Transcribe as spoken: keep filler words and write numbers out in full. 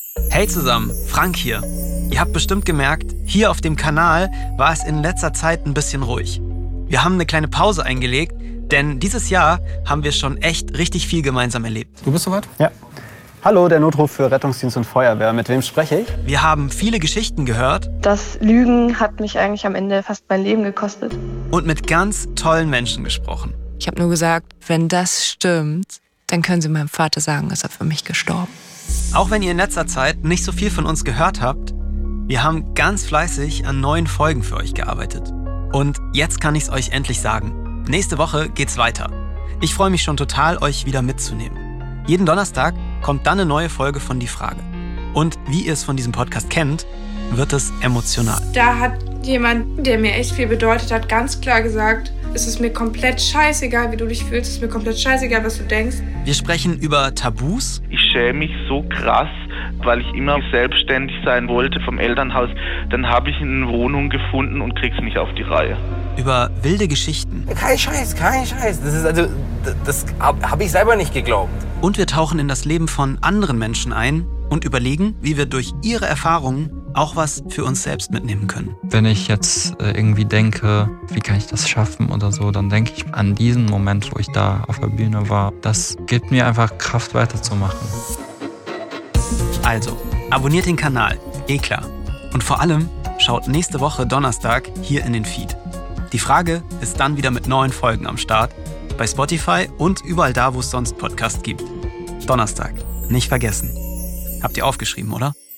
Hey zusammen, Frank hier. Ihr habt bestimmt gemerkt, hier auf dem Kanal war es in letzter Zeit ein bisschen ruhig. Wir haben eine kleine Pause eingelegt, denn dieses Jahr haben wir schon echt richtig viel gemeinsam erlebt. Du bist soweit? Ja. Hallo, der Notruf für Rettungsdienst und Feuerwehr. Mit wem spreche ich? Wir haben viele Geschichten gehört. Das Lügen hat mich eigentlich am Ende fast mein Leben gekostet. Und mit ganz tollen Menschen gesprochen. Ich habe nur gesagt, wenn das stimmt, dann können Sie meinem Vater sagen, ist er für mich gestorben. Auch wenn ihr in letzter Zeit nicht so viel von uns gehört habt, wir haben ganz fleißig an neuen Folgen für euch gearbeitet. Und jetzt kann ich es euch endlich sagen. Nächste Woche geht's weiter. Ich freue mich schon total, euch wieder mitzunehmen. Jeden Donnerstag kommt dann eine neue Folge von Die Frage. Und wie ihr es von diesem Podcast kennt, wird es emotional. Da hat jemand, der mir echt viel bedeutet hat, ganz klar gesagt, es ist mir komplett scheißegal, wie du dich fühlst, es ist mir komplett scheißegal, was du denkst. Wir sprechen über Tabus. Ich schäme mich so krass, weil ich immer selbstständig sein wollte vom Elternhaus. Dann habe ich eine Wohnung gefunden und krieg's nicht auf die Reihe. Über wilde Geschichten. Kein Scheiß, kein Scheiß. Das ist also, das habe ich selber nicht geglaubt. Und wir tauchen in das Leben von anderen Menschen ein und überlegen, wie wir durch ihre Erfahrungen auch was für uns selbst mitnehmen können. Wenn ich jetzt äh, irgendwie denke, wie kann ich das schaffen oder so, dann denke ich an diesen Moment, wo ich da auf der Bühne war. Das gibt mir einfach Kraft, weiterzumachen. Also, abonniert den Kanal, eh klar. Und vor allem, schaut nächste Woche Donnerstag hier in den Feed. Die Frage ist dann wieder mit neuen Folgen am Start, bei Spotify und überall da, wo es sonst Podcasts gibt. Donnerstag, nicht vergessen. Habt ihr aufgeschrieben, oder?